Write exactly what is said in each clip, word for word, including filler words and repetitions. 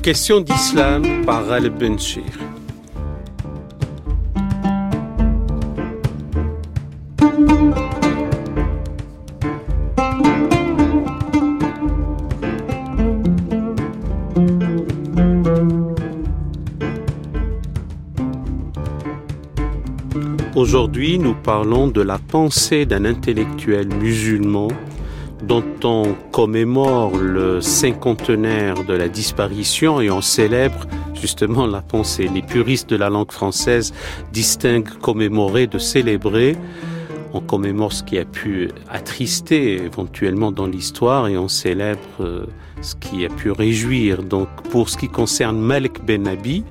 Question d'islam par Al-Benchir. Aujourd'hui, nous parlons de la pensée d'un intellectuel musulman dont on commémore le cinquantenaire de la disparition et on célèbre justement la pensée. Les puristes de la langue française distinguent commémorer de célébrer. On commémore ce qui a pu attrister éventuellement dans l'histoire et on célèbre ce qui a pu réjouir. Donc pour ce qui concerne Malek Ben Nabi,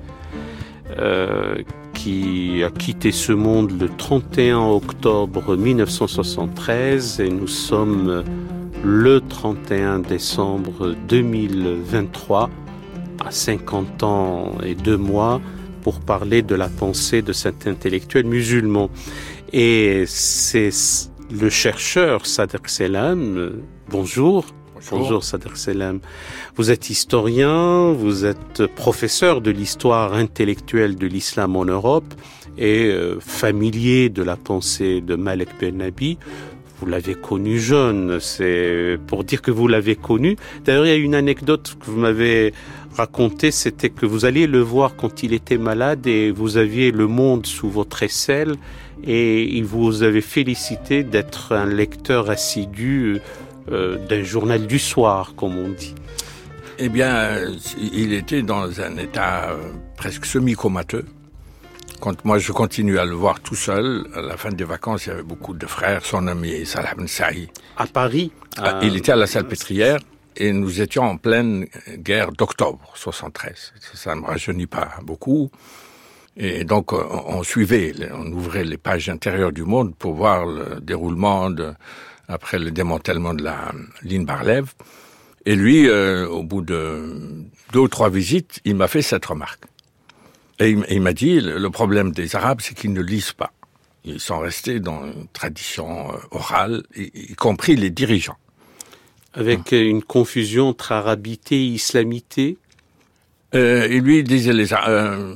euh, qui a quitté ce monde le trente et un octobre mille neuf cent soixante-treize et nous sommes le trente et un décembre deux mille vingt-trois, à cinquante ans et deux mois, pour parler de la pensée de cet intellectuel musulman. Et c'est le chercheur Sadr Selam. Bonjour. Bonjour. Bonjour Sadr Selam. Vous êtes historien, vous êtes professeur de l'histoire intellectuelle de l'islam en Europe et euh, familier de la pensée de Malek Ben Nabi. Vous l'avez connu jeune, c'est pour dire que vous l'avez connu. D'ailleurs, il y a une anecdote que vous m'avez racontée, c'était que vous alliez le voir quand il était malade et vous aviez Le Monde sous votre aisselle et il vous avait félicité d'être un lecteur assidu euh, d'un journal du soir, comme on dit. Eh bien, il était dans un état presque semi-comateux. Quand moi je continue à le voir tout seul, à la fin des vacances, il y avait beaucoup de frères, son ami Salah Ben Saïd. À Paris à... Il était à la Salpêtrière et nous étions en pleine guerre d'octobre soixante-treize. Ça ne me rajeunit pas beaucoup. Et donc on, on suivait, on ouvrait les pages intérieures du Monde pour voir le déroulement de, après le démantèlement de la ligne Bar-Lev. Et lui, euh, au bout de deux ou trois visites, il m'a fait cette remarque. Et il m'a dit, le problème des Arabes, c'est qu'ils ne lisent pas. Ils sont restés dans une tradition orale, y compris les dirigeants. Avec une confusion entre arabité et islamité. euh, Et lui, il disait, les, euh,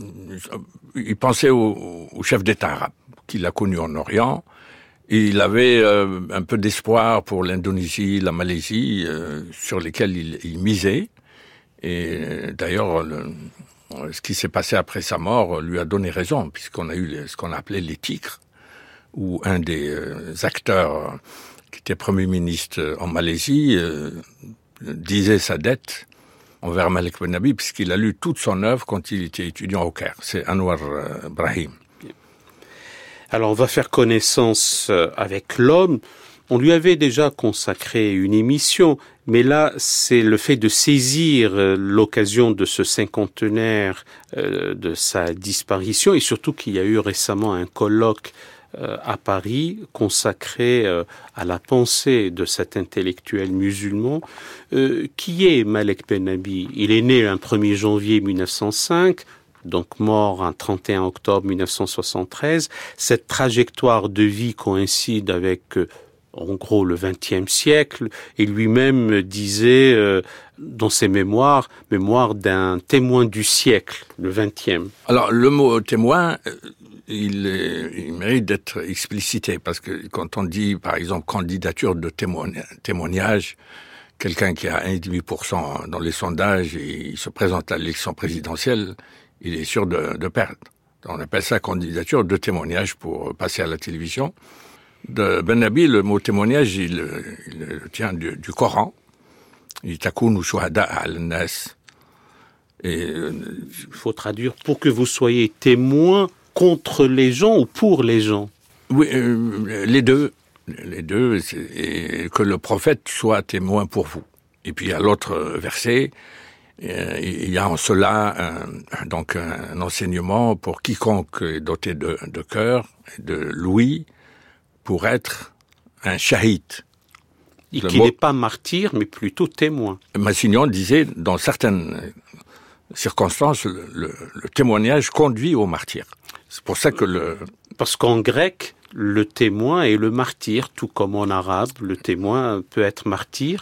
il pensait au, au chef d'État arabe, qu'il a connu en Orient. Et il avait euh, un peu d'espoir pour l'Indonésie, la Malaisie, euh, sur lesquels il, il misait. Et d'ailleurs, le... ce qui s'est passé après sa mort lui a donné raison, puisqu'on a eu ce qu'on appelait les tigres, où un des acteurs qui était Premier ministre en Malaisie euh, disait sa dette envers Malek Ben Nabi, puisqu'il a lu toute son œuvre quand il était étudiant au Caire. C'est Anwar Brahim. Alors on va faire connaissance avec l'homme. On lui avait déjà consacré une émission, mais là, c'est le fait de saisir l'occasion de ce cinquantenaire euh, de sa disparition, et surtout qu'il y a eu récemment un colloque euh, à Paris consacré euh, à la pensée de cet intellectuel musulman. Euh, qui est Malek Ben Nabi ? Il est né le premier janvier mille neuf cent cinq, donc mort un trente et un octobre mille neuf cent soixante-treize. Cette trajectoire de vie coïncide avec... Euh, en gros le vingtième siècle, et lui-même disait euh, dans ses mémoires, mémoire d'un témoin du siècle, le vingtième. Alors le mot témoin, il, il mérite d'être explicité, parce que quand on dit par exemple candidature de témoignage, témoignage quelqu'un qui a un virgule cinq pour cent dans les sondages et il se présente à l'élection présidentielle, il est sûr de, de perdre. On appelle ça candidature de témoignage pour passer à la télévision. De Ben Nabi, le mot témoignage, il, il, il tient du, du Coran. Il takounu shuhada al-nas. Et il faut traduire pour que vous soyez témoin contre les gens ou pour les gens. Oui, euh, les deux, les deux, et que le prophète soit témoin pour vous. Et puis à l'autre verset, euh, il y a en cela un, donc un enseignement pour quiconque est doté de, de cœur, de l'ouïe, pour être un shahid. Et qui mot... n'est pas martyr, mais plutôt témoin. Massignon disait, dans certaines circonstances, le, le, le témoignage conduit au martyr. C'est pour ça que le... Parce qu'en grec, le témoin est le martyr, tout comme en arabe, le témoin peut être martyr.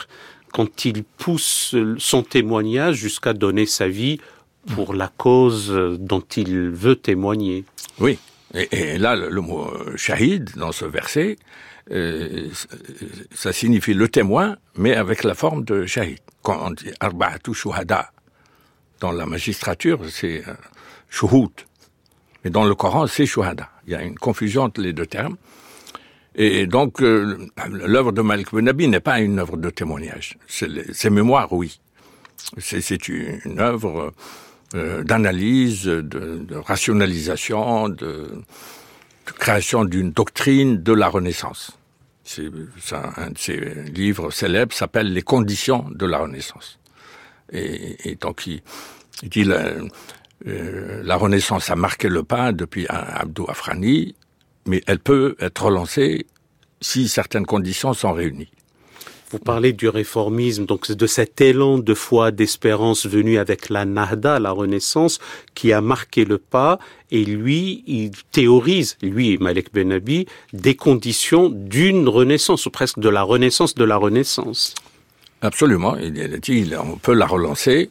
quand il pousse son témoignage jusqu'à donner sa vie pour la cause dont il veut témoigner. Oui, et, et là, le, le mot « shahid » dans ce verset, euh, ça signifie le témoin, mais avec la forme de shahid. Quand on dit « arba'atu shuhada », dans la magistrature, c'est euh, « shuhud ». Mais dans le Coran, c'est « shuhada ». Il y a une confusion entre les deux termes. Et donc, euh, l'œuvre de Malik Ben Nabi n'est pas une œuvre de témoignage. C'est les, ses mémoires, oui. C'est, c'est une, une œuvre euh, d'analyse, de, de rationalisation, de, de création d'une doctrine de la Renaissance. C'est, ça, un de ses livres célèbres s'appelle « Les conditions de la Renaissance ». Et, et donc, il, il dit la, euh, la Renaissance a marqué le pas depuis Abdou Afrani, mais elle peut être relancée si certaines conditions sont réunies. Vous parlez du réformisme, donc de cet élan de foi, d'espérance venu avec la Nahda, la Renaissance, qui a marqué le pas, et lui, il théorise, lui, Malik Ben Nabi, des conditions d'une Renaissance, ou presque de la Renaissance de la Renaissance. Absolument, il dit, on peut la relancer,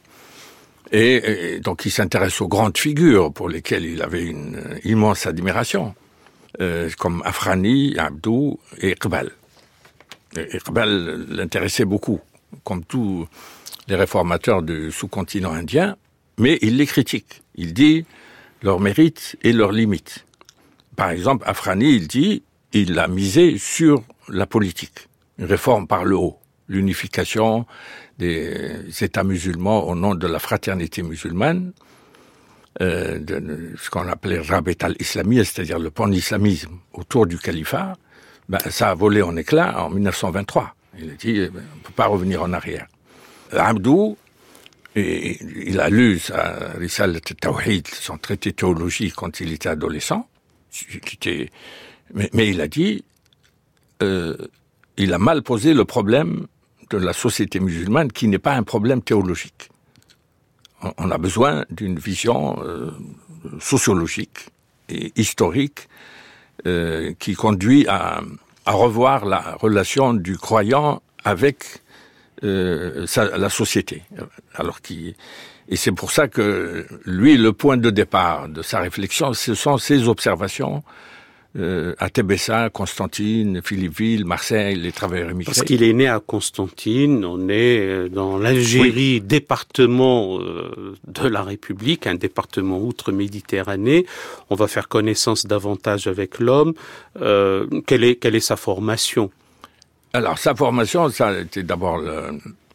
et, et donc il s'intéresse aux grandes figures pour lesquelles il avait une immense admiration. Euh, comme Afrani, Abdou et Iqbal. Et Iqbal l'intéressait beaucoup, comme tous les réformateurs du sous-continent indien, mais il les critique. Il dit leurs mérites et leurs limites. Par exemple, Afrani, il dit, il a misé sur la politique, une réforme par le haut, l'unification des États musulmans au nom de la fraternité musulmane, Euh, de, de ce qu'on appelait Rabet al-Islamiyya, c'est-à-dire le pan-islamisme autour du califat, ben, ça a volé en éclats en dix-neuf cent vingt-trois. Il a dit, ben, on ne peut pas revenir en arrière. Abdou, et, il a lu sa Risale al-Tawhid, son traité théologique quand il était adolescent, qui était, mais, mais il a dit, euh, il a mal posé le problème de la société musulmane qui n'est pas un problème théologique. On a besoin d'une vision euh, sociologique et historique euh, qui conduit à, à revoir la relation du croyant avec euh, sa, la société. Alors qu'il, et c'est pour ça que lui, le point de départ de sa réflexion, ce sont ses observations Euh, à Tébessa, Constantine, Philippeville, Marseille, les travailleurs immigrés. Parce qu'il est né à Constantine, on est dans l'Algérie, oui. département euh, de la République, un département outre-Méditerranée. On va faire connaissance davantage avec l'homme. Euh, quelle est, quelle est sa formation? Alors, sa formation, ça était d'abord le,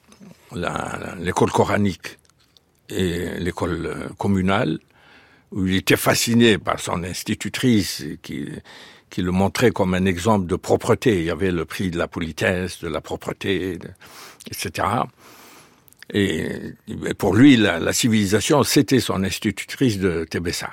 la, l'école coranique et l'école communale, où il était fasciné par son institutrice qui, qui le montrait comme un exemple de propreté. Il y avait le prix de la politesse, de la propreté, de, et cetera. Et pour lui, la, la civilisation, c'était son institutrice de Tébessa.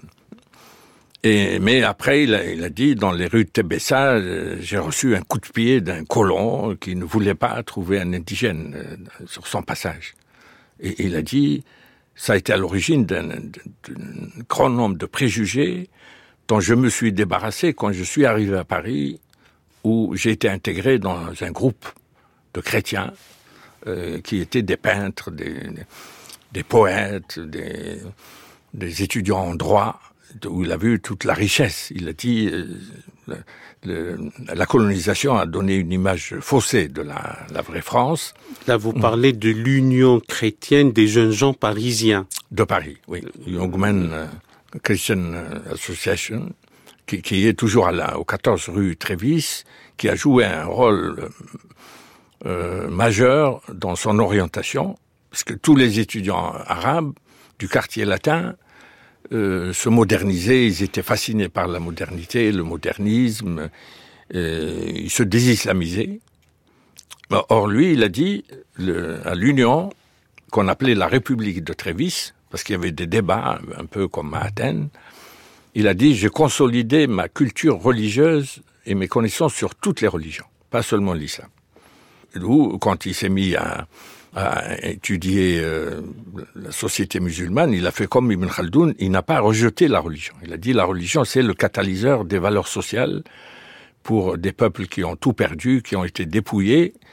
Et, mais après, il a, il a dit, dans les rues de Tébessa, j'ai reçu un coup de pied d'un colon qui ne voulait pas trouver un indigène sur son passage. Et il a dit, ça a été à l'origine d'un, d'un grand nombre de préjugés dont je me suis débarrassé quand je suis arrivé à Paris, où j'ai été intégré dans un groupe de chrétiens euh, qui étaient des peintres, des, des poètes, des, des étudiants en droit, où il a vu toute la richesse. Il a dit euh, le, le, la colonisation a donné une image faussée de la, la vraie France. Là, vous parlez de l'Union chrétienne des jeunes gens parisiens. De Paris, oui. Young Men uh, Christian Association, qui, qui est toujours à la, au quatorze rue Trévis, qui a joué un rôle euh, majeur dans son orientation, parce que tous les étudiants arabes du quartier latin Euh, se modernisaient, ils étaient fascinés par la modernité, le modernisme, euh, ils se désislamisaient. Or, lui, il a dit le, à l'Union, qu'on appelait la République de Trévis, parce qu'il y avait des débats, un peu comme à Athènes, il a dit, j'ai consolidé ma culture religieuse et mes connaissances sur toutes les religions, pas seulement l'islam. D'où, quand il s'est mis à à étudier euh, la société musulmane, il a fait comme Ibn Khaldoun, il n'a pas rejeté la religion. Il a dit la religion, c'est le catalyseur des valeurs sociales pour des peuples qui ont tout perdu, qui ont été dépouillés,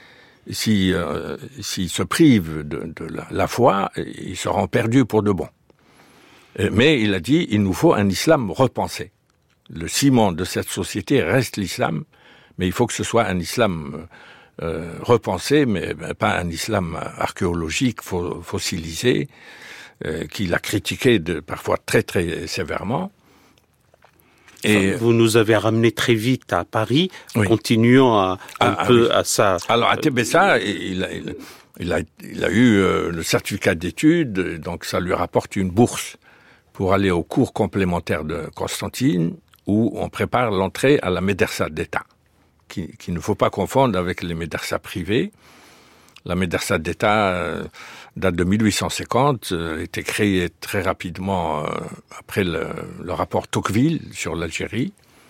si, euh, s'ils se privent de, de la, la foi, ils seront perdus pour de bon. Mais il a dit, il nous faut un islam repensé. Le ciment de cette société reste l'islam, mais il faut que ce soit un islam euh, repensé, mais ben, pas un islam archéologique, fossilisé, euh, qu'il a critiqué de, parfois très très sévèrement. Et vous nous avez ramené très vite à Paris, oui. continuons à, un ah, peu oui. à ça. Alors à Tébessa, il a, il, il a, il a eu euh, le certificat d'études, donc ça lui rapporte une bourse pour aller au cours complémentaire de Constantine, où on prépare l'entrée à la médersa d'État, qui, qui ne faut pas confondre avec les médersas privées. La médersa d'État euh, date de mille huit cent cinquante, euh, a été créée très rapidement euh, après le, le rapport Tocqueville sur l'Algérie,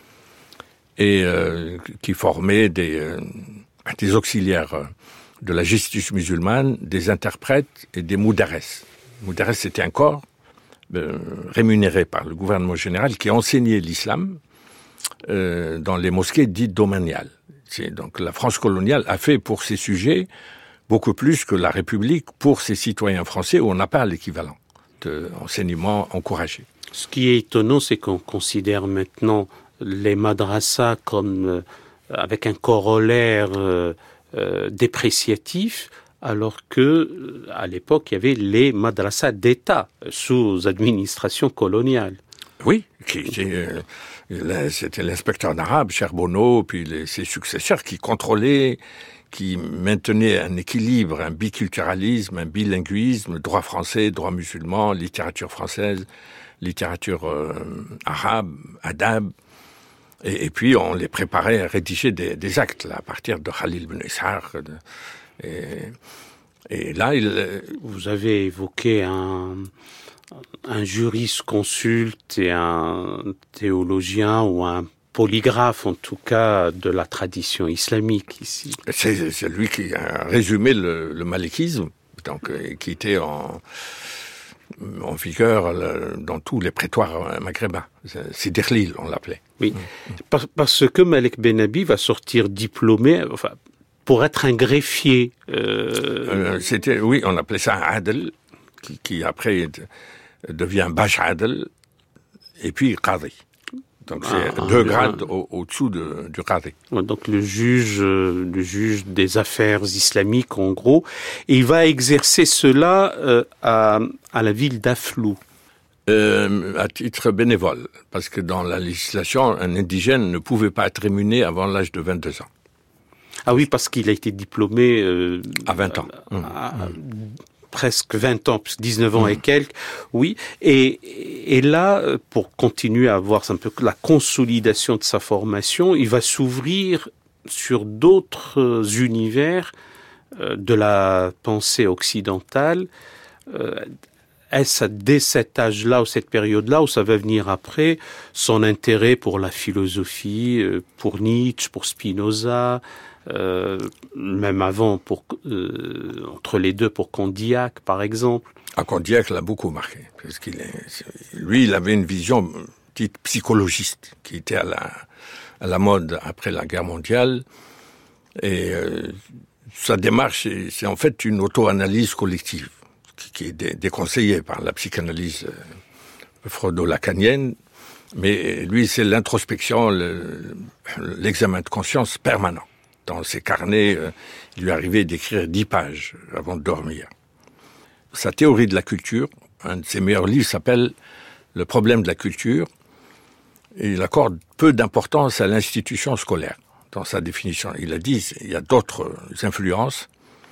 et euh, qui formait des, euh, des auxiliaires de la justice musulmane, des interprètes et des moudares. Moudares, c'était un corps euh, rémunéré par le gouvernement général qui enseignait l'islam euh, dans les mosquées dites domaniales. C'est, donc la France coloniale a fait pour ces sujets beaucoup plus que la République pour ses citoyens français, où on n'a pas l'équivalent d'enseignement encouragé. Ce qui est étonnant, c'est qu'on considère maintenant les madrasas comme euh, avec un corollaire euh, euh, dépréciatif, alors que à l'époque il y avait les madrasas d'État sous administration coloniale. Oui, qui, qui, euh, c'était l'inspecteur d'arabe, Charbonneau, puis les, ses successeurs qui contrôlaient, qui maintenaient un équilibre, un biculturalisme, un bilinguisme, droit français, droit musulman, littérature française, littérature euh, arabe, adab. Et, et puis on les préparait à rédiger des, des actes là, à partir de Khalil ibn Ishaq. Et, et là, il... Vous avez évoqué un, un jurisconsulte et un théologien ou un polygraphe, en tout cas, de la tradition islamique ici. C'est, c'est lui qui a résumé le, le malikisme, donc, qui était en, en vigueur le, dans tous les prétoires maghrébins. Sidi Khlil, on l'appelait. Oui, mmh. parce que Malek Benabi va sortir diplômé, enfin, pour être un greffier. Euh... Euh, c'était, oui, on appelait ça un adl, qui, qui après devient Bash Adl, et puis Qadi. Donc c'est ah, deux grades ah, au, au-dessous de, du Qadi. Donc le juge, euh, le juge des affaires islamiques, en gros, et il va exercer cela euh, à, à la ville d'Aflou. Euh, à titre bénévole, parce que dans la législation, un indigène ne pouvait pas être rémunéré avant l'âge de vingt-deux ans. Ah oui, parce qu'il a été diplômé... Euh, à vingt ans. À, à, à, presque vingt ans, dix-neuf ans mmh. et quelques, oui. Et, et là, pour continuer à voir un peu la consolidation de sa formation, il va s'ouvrir sur d'autres univers euh, de la pensée occidentale. Euh, Est-ce dès cet âge-là ou cette période-là, ou ça va venir après, son intérêt pour la philosophie, euh, pour Nietzsche, pour Spinoza, Euh, même avant, pour, euh, entre les deux, pour Condillac, par exemple. Ah, Condillac l'a beaucoup marqué, parce qu'il est, lui, il avait une vision dite psychologiste, qui était à la, à la mode après la guerre mondiale, et euh, sa démarche, c'est, c'est en fait une auto-analyse collective, qui, qui est dé, déconseillée par la psychanalyse euh, freudo-lacanienne, mais lui, c'est l'introspection, le, l'examen de conscience permanent. Dans ses carnets, euh, il lui arrivait d'écrire dix pages avant de dormir. Sa théorie de la culture, un de ses meilleurs livres s'appelle « Le problème de la culture », et il accorde peu d'importance à l'institution scolaire. Dans sa définition, il a dit il y a d'autres influences,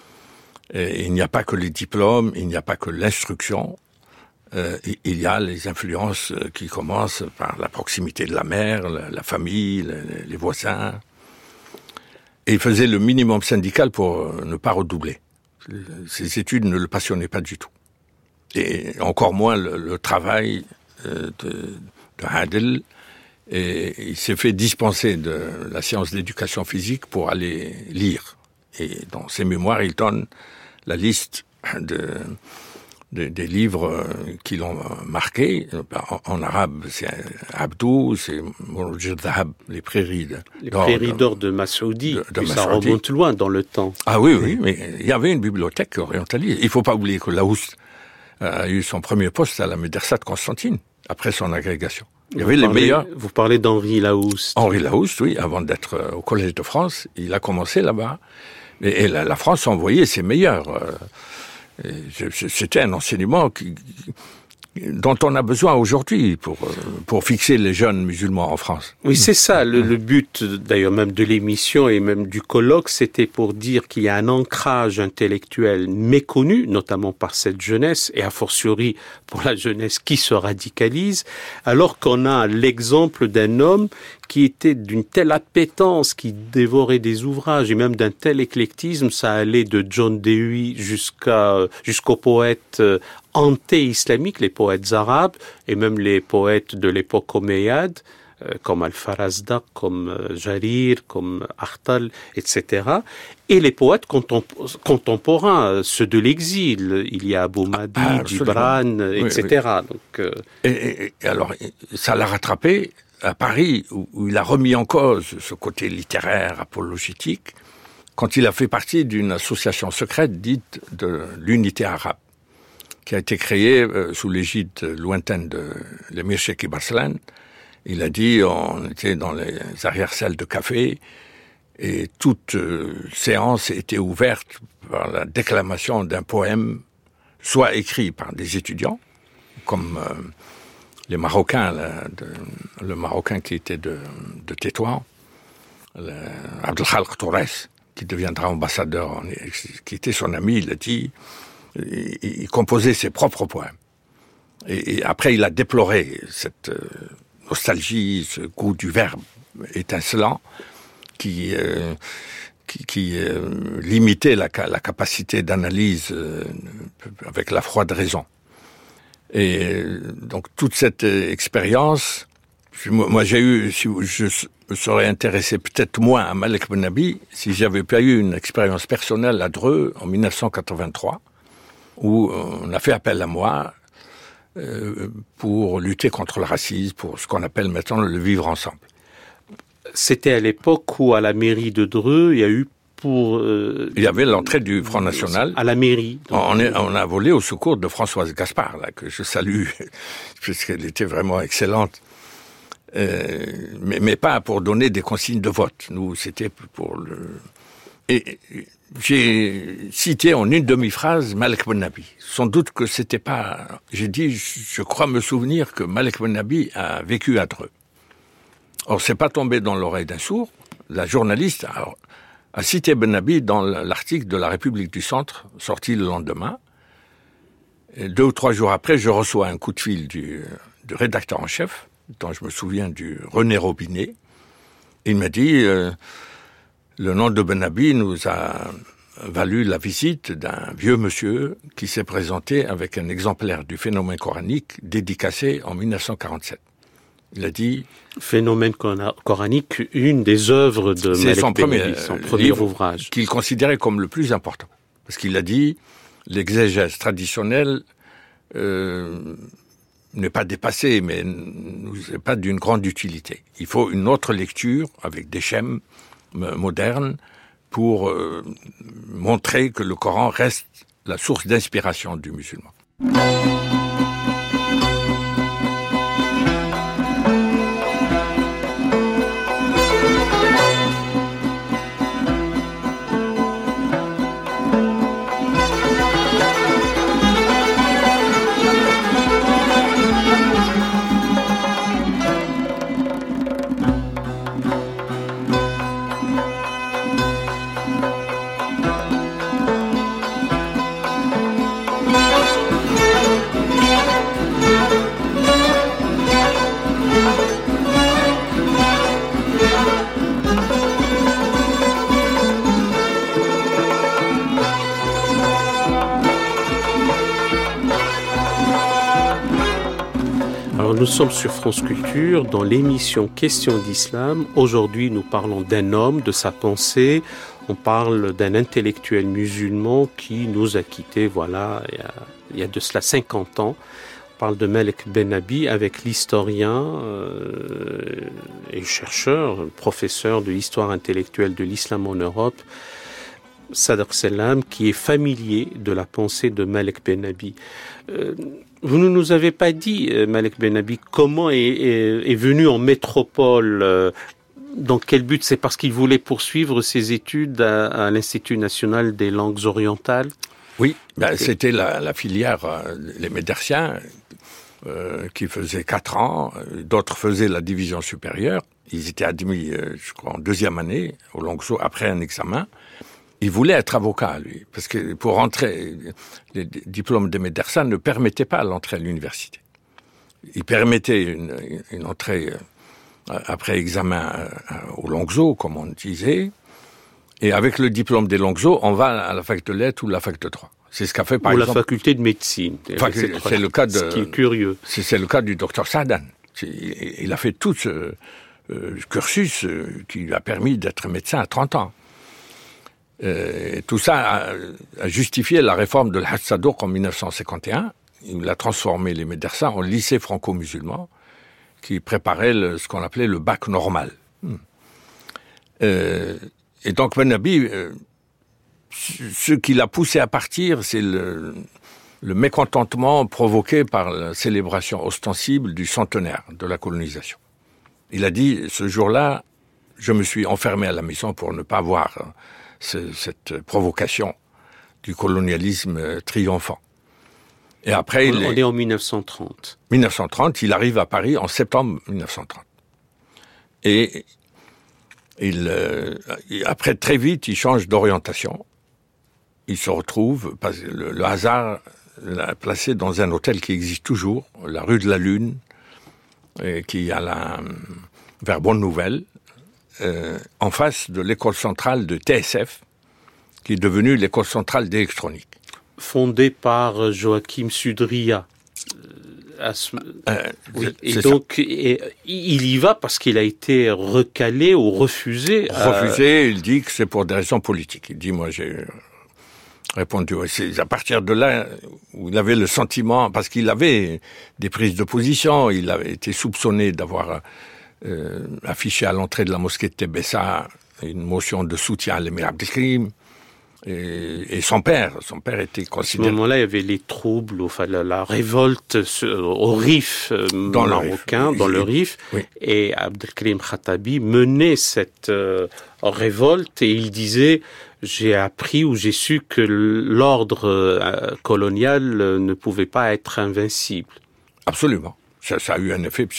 et il n'y a pas que les diplômes, il n'y a pas que l'instruction, euh, il y a les influences qui commencent par la proximité de la mère, la, la famille, les, les voisins. Et il faisait le minimum syndical pour ne pas redoubler. Ses études ne le passionnaient pas du tout. Et encore moins le, le travail de, de Adel. Et il s'est fait dispenser de la science d'éducation physique pour aller lire. Et dans ses mémoires, il donne la liste de, des, des livres qui l'ont marqué. En, en arabe, c'est Abdou, c'est Mouroudj Dhahab, les prairies d'or. Les prairies d'or de Massoudi, de, de ça remonte loin dans le temps. Ah oui, oui, mais il y avait une bibliothèque orientaliste. Il faut pas oublier que Laous a eu son premier poste à la Médersa de Constantine, après son agrégation. Il y avait vous les parlez, meilleurs. Vous parlez d'Henri Laous. Henri Laous, oui, avant d'être au Collège de France, il a commencé là-bas. Et, et la, la France envoyait ses meilleurs. C'était un enseignement qui, dont on a besoin aujourd'hui pour, pour fixer les jeunes musulmans en France. Oui, c'est ça. Le, le but, d'ailleurs, même de l'émission et même du colloque, c'était pour dire qu'il y a un ancrage intellectuel méconnu, notamment par cette jeunesse, et a fortiori pour la jeunesse qui se radicalise, alors qu'on a l'exemple d'un homme qui était d'une telle appétence, qui dévorait des ouvrages, et même d'un tel éclectisme, ça allait de John Dewey jusqu'à, jusqu'aux poètes anté-islamiques, les poètes arabes, et même les poètes de l'époque omeyyade, comme Al-Farazdak, comme Jarir, comme Akhtal, et cetera. Et les poètes contempor- contemporains, ceux de l'exil. Il y a Abou Madi, ah, Gibran, et cetera. Oui, oui. Donc, euh... et, et, et alors, ça l'a rattrapé à Paris, où, où il a remis en cause ce côté littéraire, apologétique, quand il a fait partie d'une association secrète dite de l'Unité arabe, qui a été créée euh, sous l'égide lointaine de l'émir Cheikh Barslan. Il a dit, on était dans les arrière-salles de café, et toute euh, séance était ouverte par la déclamation d'un poème, soit écrit par des étudiants, comme euh, les Marocains, là, de, le Marocain qui était de, de Tétouan, Abdelkhalq Tourès, qui deviendra ambassadeur, qui était son ami, il a dit, il, il composait ses propres poèmes. Et, et après, il a déploré cette euh, nostalgie, ce goût du verbe étincelant qui, euh, qui, qui euh, limitait la, la capacité d'analyse euh, avec la froide raison. Et donc toute cette expérience, moi j'ai eu, si je me serais intéressé peut-être moins à Malek Bennabi si j'avais pas eu une expérience personnelle à Dreux en dix-neuf cent quatre-vingt-trois, où on a fait appel à moi euh, pour lutter contre le racisme, pour ce qu'on appelle maintenant le vivre ensemble. C'était à l'époque où à la mairie de Dreux, il y a eu pour... Euh, il y avait l'entrée du Front National. À la mairie. Donc, on, est, on a volé au secours de Françoise Gaspard, là, que je salue, puisqu'elle était vraiment excellente. Euh, mais, mais pas pour donner des consignes de vote. Nous, c'était pour le... Et j'ai cité en une demi-phrase Malek Bennabi. Sans doute que c'était pas... J'ai dit, je crois me souvenir que Malek Bennabi a vécu à Dreux. Or, c'est pas tombé dans l'oreille d'un sourd. La journaliste a, a cité Bennabi dans l'article de La République du Centre, sorti le lendemain. Et deux ou trois jours après, je reçois un coup de fil du, du rédacteur en chef, dont je me souviens du René Robinet. Il m'a dit, euh, le nom de Bennabi nous a valu la visite d'un vieux monsieur qui s'est présenté avec un exemplaire du Phénomène coranique dédicacé en dix-neuf cent quarante-sept. Il a dit... Phénomène coranique, une des œuvres de Malek son Bennabi, premier, son premier livre ouvrage. Qu'il considérait comme le plus important. Parce qu'il a dit, l'exégèse traditionnelle euh, n'est pas dépassée, mais n'est pas d'une grande utilité. Il faut une autre lecture avec des schèmes modernes pour euh, montrer que le Coran reste la source d'inspiration du musulman. Nous sommes sur France Culture dans l'émission Questions d'Islam. Aujourd'hui, nous parlons d'un homme, de sa pensée. On parle d'un intellectuel musulman qui nous a quittés, voilà, il y a il y a de cela cinquante ans. On parle de Malek Bennabi avec l'historien euh, et chercheur, professeur de l'histoire intellectuelle de l'islam en Europe, Sadr Selam, qui est familier de la pensée de Malek Bennabi. Euh, vous ne nous avez pas dit, euh, Malek Bennabi, comment est, est, est venu en métropole, euh, dans quel but? C'est parce qu'il voulait poursuivre ses études à, à l'Institut national des langues orientales? Oui, ben, okay. C'était la, la filière, euh, les médersiens, euh, qui faisaient quatre ans, d'autres faisaient la division supérieure. Ils étaient admis, euh, je crois, en deuxième année, au Longzhou, après un examen. Il voulait être avocat, lui, parce que pour rentrer, les diplômes de médersa ne permettaient pas l'entrée à l'université. Ils permettaient une, une entrée euh, après examen euh, au Longzhou, comme on disait, et avec le diplôme des Longzhou, on va à la fac de lettres ou la fac de droit. C'est ce qu'a fait par ou exemple... la faculté de médecine. Fac... C'est, c'est le cas de... Ce qui est curieux. C'est, c'est le cas du docteur Saadan. Il a fait tout ce euh, cursus euh, qui lui a permis d'être médecin à trente ans. Euh, tout ça a, a justifié la réforme de l'Hajj Sadouk en dix-neuf cent cinquante et un. Il a transformé les médersa en lycée franco-musulman qui préparait le, ce qu'on appelait le bac normal. Hmm. Euh, et donc Bennabi, euh, ce qui l'a poussé à partir, c'est le, le mécontentement provoqué par la célébration ostensible du centenaire de la colonisation. Il a dit, ce jour-là, je me suis enfermé à la maison pour ne pas voir ce, cette provocation du colonialisme triomphant. Et après, on, il est, on est en dix-neuf cent trente. dix-neuf cent trente, il arrive à Paris en septembre dix-neuf cent trente. Et il, euh, après, très vite, il change d'orientation. Il se retrouve, parce que le, le hasard l'a placé dans un hôtel qui existe toujours, la rue de la Lune, et qui est à la, vers Bonne-Nouvelle, euh, en face de l'école centrale de T S F, qui est devenue l'école centrale d'électronique. Fondée par Joachim Sudria. Euh, ce... euh, oui. Et donc, et, il y va parce qu'il a été recalé ou refusé. Refusé, à... il dit que c'est pour des raisons politiques. Il dit, moi, j'ai répondu. C'est à partir de là où il avait le sentiment, parce qu'il avait des prises de position, il avait été soupçonné d'avoir euh, affiché à l'entrée de la mosquée de Tébessa une motion de soutien à l'émir Abdelkrim. Et, et son père, son père était considéré... À ce moment-là, il y avait les troubles, enfin, la, la révolte au Rif dans marocain, le Rif. dans le Rif, oui. Et Abdelkrim Khattabi menait cette euh, révolte et il disait « J'ai appris ou j'ai su que l'ordre euh, colonial euh, ne pouvait pas être invincible. » Absolument. Ça, ça a eu un effet...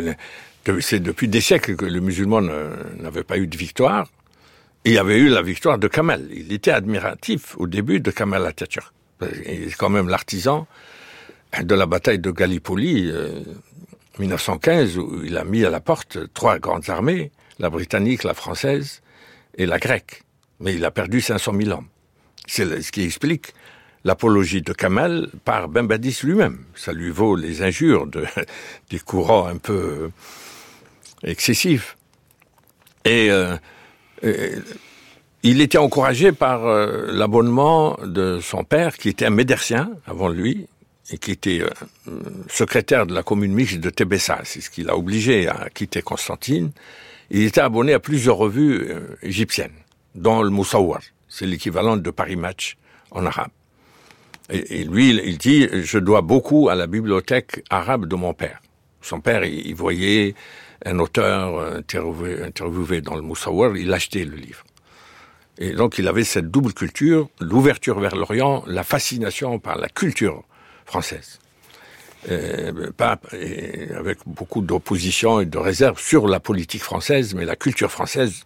C'est depuis des siècles que les musulmans n'avaient pas eu de victoire. Il y avait eu la victoire de Kamal. Il était admiratif au début de Kamal Atatürk. Il est quand même l'artisan de la bataille de Gallipoli, euh, dix-neuf cent quinze, où il a mis à la porte trois grandes armées, la britannique, la française et la grecque. Mais il a perdu cinq cent mille hommes. C'est ce qui explique l'apologie de Kamal par Ben Badis lui-même. Ça lui vaut les injures de, des courants un peu excessifs. Et... Euh, Et il était encouragé par euh, l'abonnement de son père, qui était un médersien avant lui, et qui était euh, secrétaire de la commune mixte de Tébessa. C'est ce qui l'a obligé à quitter Constantine. Il était abonné à plusieurs revues euh, égyptiennes, dont le Moussawar. C'est l'équivalent de Paris Match en arabe. Et, et lui, il dit, je dois beaucoup à la bibliothèque arabe de mon père. Son père, il, il voyait... un auteur interviewé, interviewé dans le Moussawar, il achetait le livre. Et donc il avait cette double culture, l'ouverture vers l'Orient, la fascination par la culture française. Et, pas, et avec beaucoup d'opposition et de réserve sur la politique française, mais la culture française,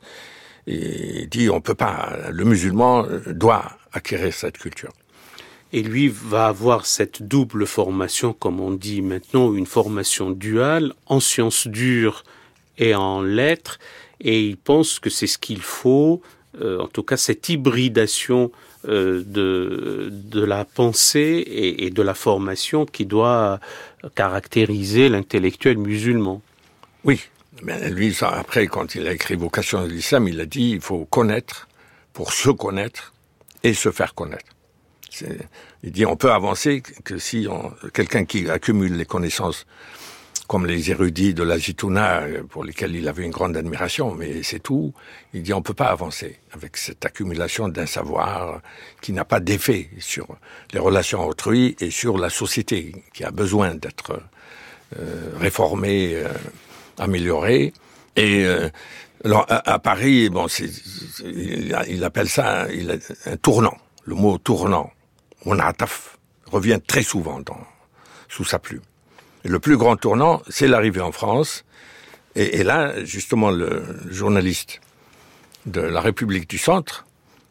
il dit on peut pas, le musulman doit acquérir cette culture. Et lui va avoir cette double formation, comme on dit maintenant, une formation duale, en sciences dures et en lettres, et il pense que c'est ce qu'il faut, euh, en tout cas cette hybridation euh, de, de la pensée et, et de la formation qui doit caractériser l'intellectuel musulman. Oui, mais lui, ça, après, quand il a écrit Vocation de l'islam, il a dit il faut connaître pour se connaître et se faire connaître. C'est, il dit on peut avancer que si on, quelqu'un qui accumule les connaissances comme les érudits de la Zitouna, pour lesquels il avait une grande admiration, mais c'est tout. Il dit on peut pas avancer avec cette accumulation d'un savoir qui n'a pas d'effet sur les relations autrui et sur la société, qui a besoin d'être euh, réformée, euh, améliorée. Et euh, alors à, à Paris, bon, c'est, c'est, il appelle ça il a, un tournant. Le mot tournant, Mun'ataf, revient très souvent dans, sous sa plume. Et le plus grand tournant, c'est l'arrivée en France. Et, et là, justement, le, le journaliste de la République du Centre,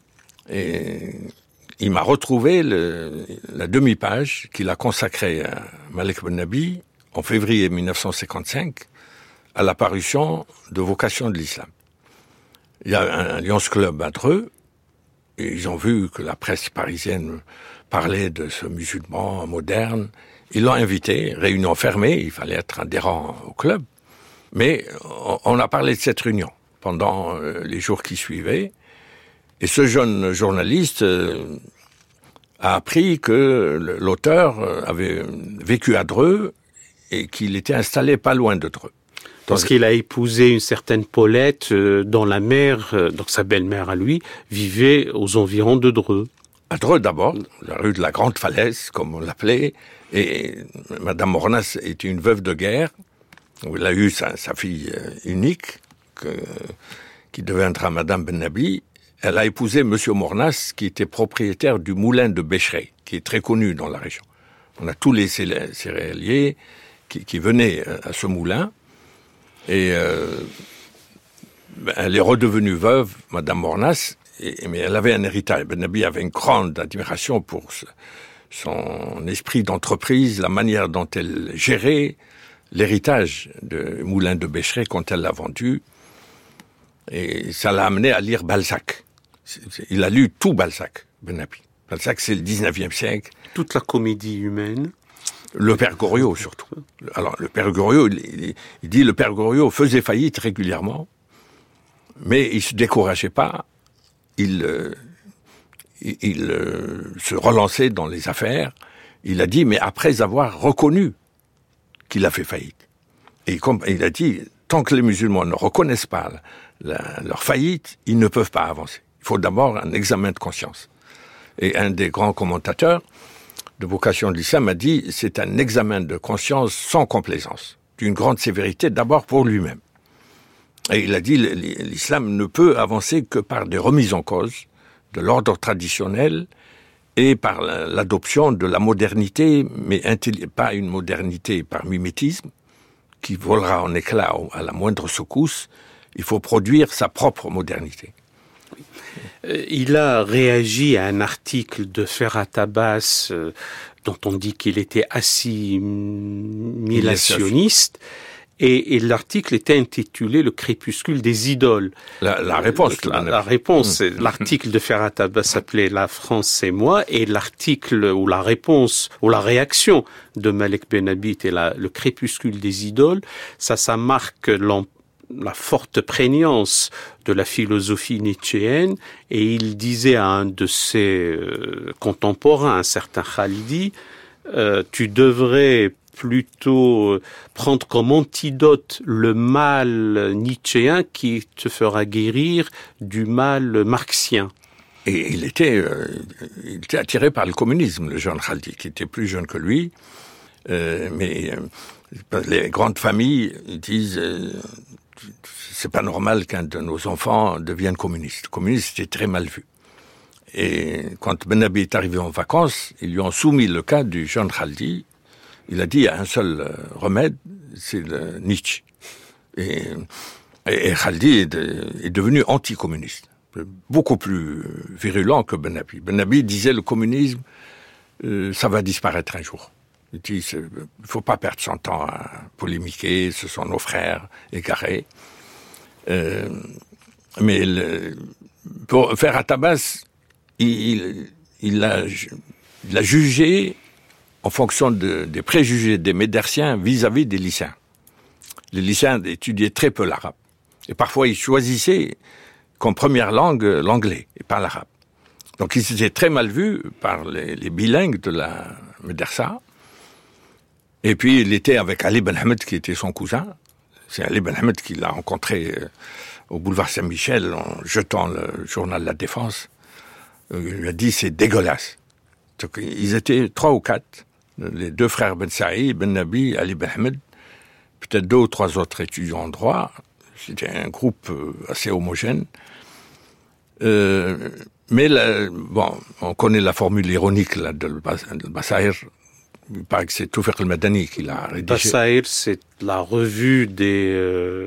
et il m'a retrouvé le, la demi-page qu'il a consacrée à Malek Ben-Nabi en février mille neuf cent cinquante-cinq à l'apparition de Vocation de l'Islam. Il y a un Lions Club à Dreux, et ils ont vu que la presse parisienne parlait de ce musulman moderne. Ils l'ont invité, réunion fermée, il fallait être adhérent au club. Mais on a parlé de cette réunion pendant les jours qui suivaient. Et ce jeune journaliste a appris que l'auteur avait vécu à Dreux et qu'il était installé pas loin de Dreux. Parce qu'il a épousé une certaine Paulette dont la mère, donc sa belle-mère à lui, vivait aux environs de Dreux. À Dreux d'abord, la rue de la Grande Falaise, comme on l'appelait, et Madame Mornas était une veuve de guerre, où elle a eu sa, sa fille unique, que, qui deviendra Madame Ben-Nabi. Elle a épousé Monsieur Mornas, qui était propriétaire du moulin de Bécheret, qui est très connu dans la région. On a tous les céréaliers qui, qui venaient à ce moulin, et euh, elle est redevenue veuve, Madame Mornas, et, mais elle avait un héritage. Ben-Nabi avait une grande admiration pour ce, son esprit d'entreprise, la manière dont elle gérait l'héritage du moulin de Bécheret quand elle l'a vendu. Et ça l'a amené à lire Balzac. Il a lu tout Balzac, Ben-Nabi. Balzac, c'est le dix-neuvième siècle. Toute la comédie humaine. Le père Goriot, surtout. Alors, le père Goriot, il, il dit le père Goriot faisait faillite régulièrement, mais il se décourageait pas. Il, euh, il, il euh, se relançait dans les affaires. Il a dit, mais après avoir reconnu qu'il a fait faillite. Et comme il a dit, tant que les musulmans ne reconnaissent pas la, la, leur faillite, ils ne peuvent pas avancer. Il faut d'abord un examen de conscience. Et un des grands commentateurs de Vocation de l'Islam a dit, c'est un examen de conscience sans complaisance, d'une grande sévérité d'abord pour lui-même. Et il a dit, l'islam ne peut avancer que par des remises en cause de l'ordre traditionnel et par l'adoption de la modernité, mais pas une modernité par mimétisme, qui volera en éclats à la moindre secousse. Il faut produire sa propre modernité. Il a réagi à un article de Ferhat Abbas euh, dont on dit qu'il était assimilationniste. Et, et l'article était intitulé « Le crépuscule des idoles ». La, la réponse. La, la réponse, mmh. L'article de Ferhat Abbas s'appelait « La France, c'est moi » et l'article ou la réponse ou la réaction de Malek Ben-Nabi était la, « Le crépuscule des idoles ». Ça, ça marque l'emploi la forte prégnance de la philosophie nietzschéenne, et il disait à un de ses euh, contemporains, un certain Khalidi, euh, tu devrais plutôt prendre comme antidote le mal nietzschéen qui te fera guérir du mal marxien. Et il était, euh, il était attiré par le communisme, le jeune Khalidi, qui était plus jeune que lui, euh, mais euh, les grandes familles disent... Euh, c'est pas normal qu'un de nos enfants devienne communiste. Communiste, c'était très mal vu. Et quand Ben-Nabi est arrivé en vacances, ils lui ont soumis le cas du jeune Khalidi. Il a dit, il y a un seul remède, c'est le Nietzsche. Et, et, et Khalidi est, de, est devenu anticommuniste. Beaucoup plus virulent que Ben-Nabi. Ben-Nabi disait, le communisme, euh, ça va disparaître un jour. Il dit, il ne faut pas perdre son temps à polémiquer, ce sont nos frères égarés. Euh, mais le, pour Ferhat Abbas, il, il, a, il a jugé en fonction de, des préjugés des médersiens vis-à-vis des lycéens. Les lycéens étudiaient très peu l'arabe. Et parfois, ils choisissaient comme première langue l'anglais et pas l'arabe. Donc il s'était très mal vu par les, les bilingues de la Médersa. Et puis il était avec Ali Ben Hamed, qui était son cousin. C'est Ali Ben Hamed qui l'a rencontré au boulevard Saint-Michel en jetant le journal La Défense. Il lui a dit, c'est dégueulasse. Donc, ils étaient trois ou quatre, les deux frères Ben Saïd, Ben Nabi, Ali Ben Hamed, peut-être deux ou trois autres étudiants en droit. C'était un groupe assez homogène. Euh, mais là, bon, on connaît la formule ironique là, de Basaïr. Il paraît que c'est Toufiq al-Madani qui l'a rédigé. Basaïr, c'est la revue des, euh,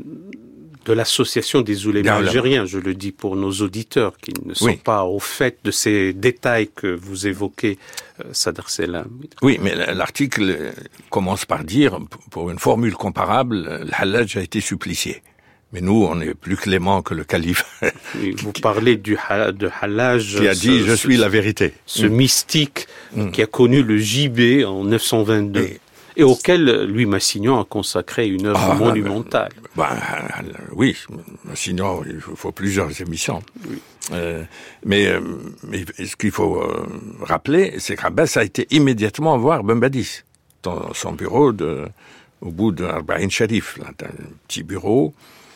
de l'association des oulémas algériens, je le dis pour nos auditeurs qui ne sont oui. pas au fait de ces détails que vous évoquez, euh, Sadr Selam. Oui, mais l'article commence par dire, pour une formule comparable, le Hallaj a été supplicié. Mais nous, on est plus clément que le calife. Vous parlez du de Hallaj. Qui a dit, ce, je suis ce, la vérité. Ce mmh. mystique mmh. qui a connu le gibet en neuf cent vingt-deux. Et, et auquel Louis Massignon a consacré une œuvre ah, monumentale. Ben, ben, oui, Massignon, il faut plusieurs émissions. Oui. Euh, mais, mais ce qu'il faut euh, rappeler, c'est qu'Abbas a été immédiatement voir Ben Badis dans son bureau de, au bout d'Arba'in Sharif, là, un petit bureau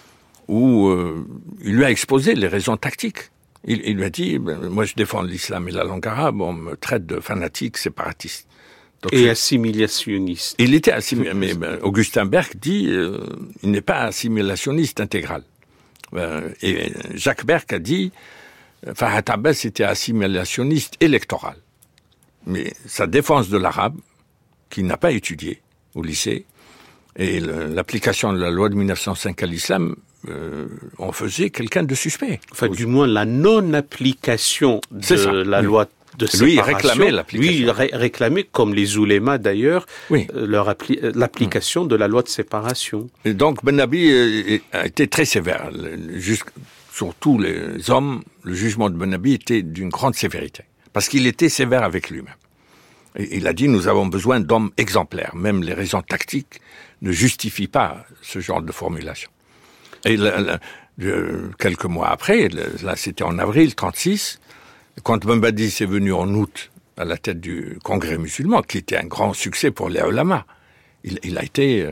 où euh, il lui a exposé les raisons tactiques. Il, il lui a dit, ben, moi je défends l'islam et la langue arabe, on me traite de fanatique, séparatiste. Donc, et assimilationniste. Il était assimilationniste, mais ben, Augustin Berg dit, euh, il n'est pas assimilationniste intégral. Euh, et Jacques Berg a dit, Farhat Abbas était assimilationniste électoral. Mais sa défense de l'arabe, qu'il n'a pas étudié au lycée, et le, l'application de la loi de mille neuf cent cinq à l'islam, euh, on faisait quelqu'un de suspect. Enfin, du moins, la non-application de la oui. loi de séparation. Lui, il réclamait l'application. Lui, il ré- réclamait, comme les oulémas d'ailleurs, oui. euh, leur appli- l'application mmh. de la loi de séparation. Et donc, Ben Nabi euh, a été très sévère. Jusqu'- sur tous les hommes, le jugement de Ben Nabi était d'une grande sévérité. Parce qu'il était sévère avec lui-même. Et il a dit, nous avons besoin d'hommes exemplaires. Même les raisons tactiques ne justifient pas ce genre de formulation. Et là, là, euh, quelques mois après, là c'était en avril trente-six, quand Ben Badis est venu en août à la tête du Congrès musulman, qui était un grand succès pour les ulama, il, il a été